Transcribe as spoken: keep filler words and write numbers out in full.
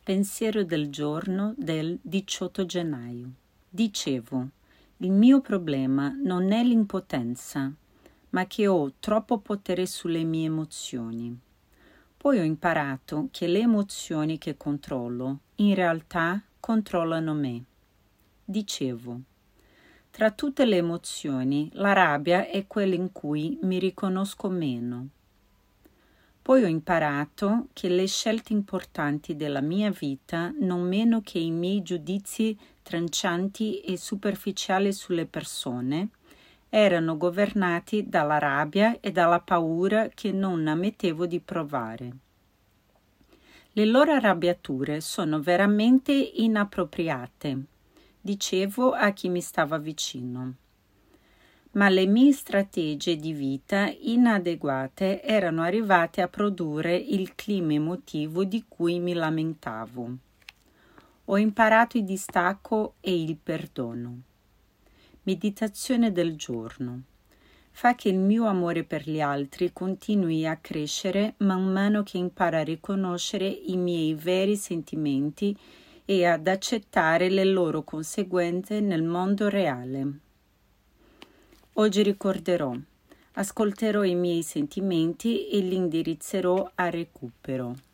Pensiero del giorno del diciotto gennaio. Dicevo, il mio problema non è l'impotenza, ma che ho troppo potere sulle mie emozioni. Poi ho imparato che le emozioni che controllo in realtà controllano me. Dicevo, tra tutte le emozioni, la rabbia è quella in cui mi riconosco meno. Poi ho imparato che le scelte importanti della mia vita, non meno che i miei giudizi trancianti e superficiali sulle persone, erano governati dalla rabbia e dalla paura che non ammettevo di provare. Le loro arrabbiature sono veramente inappropriate, dicevo a chi mi stava vicino. Ma le mie strategie di vita inadeguate erano arrivate a produrre il clima emotivo di cui mi lamentavo. Ho imparato il distacco e il perdono. Meditazione del giorno. Fa che il mio amore per gli altri continui a crescere man mano che imparo a riconoscere i miei veri sentimenti e ad accettare le loro conseguenze nel mondo reale. Oggi ricorderò, ascolterò i miei sentimenti e li indirizzerò a recupero.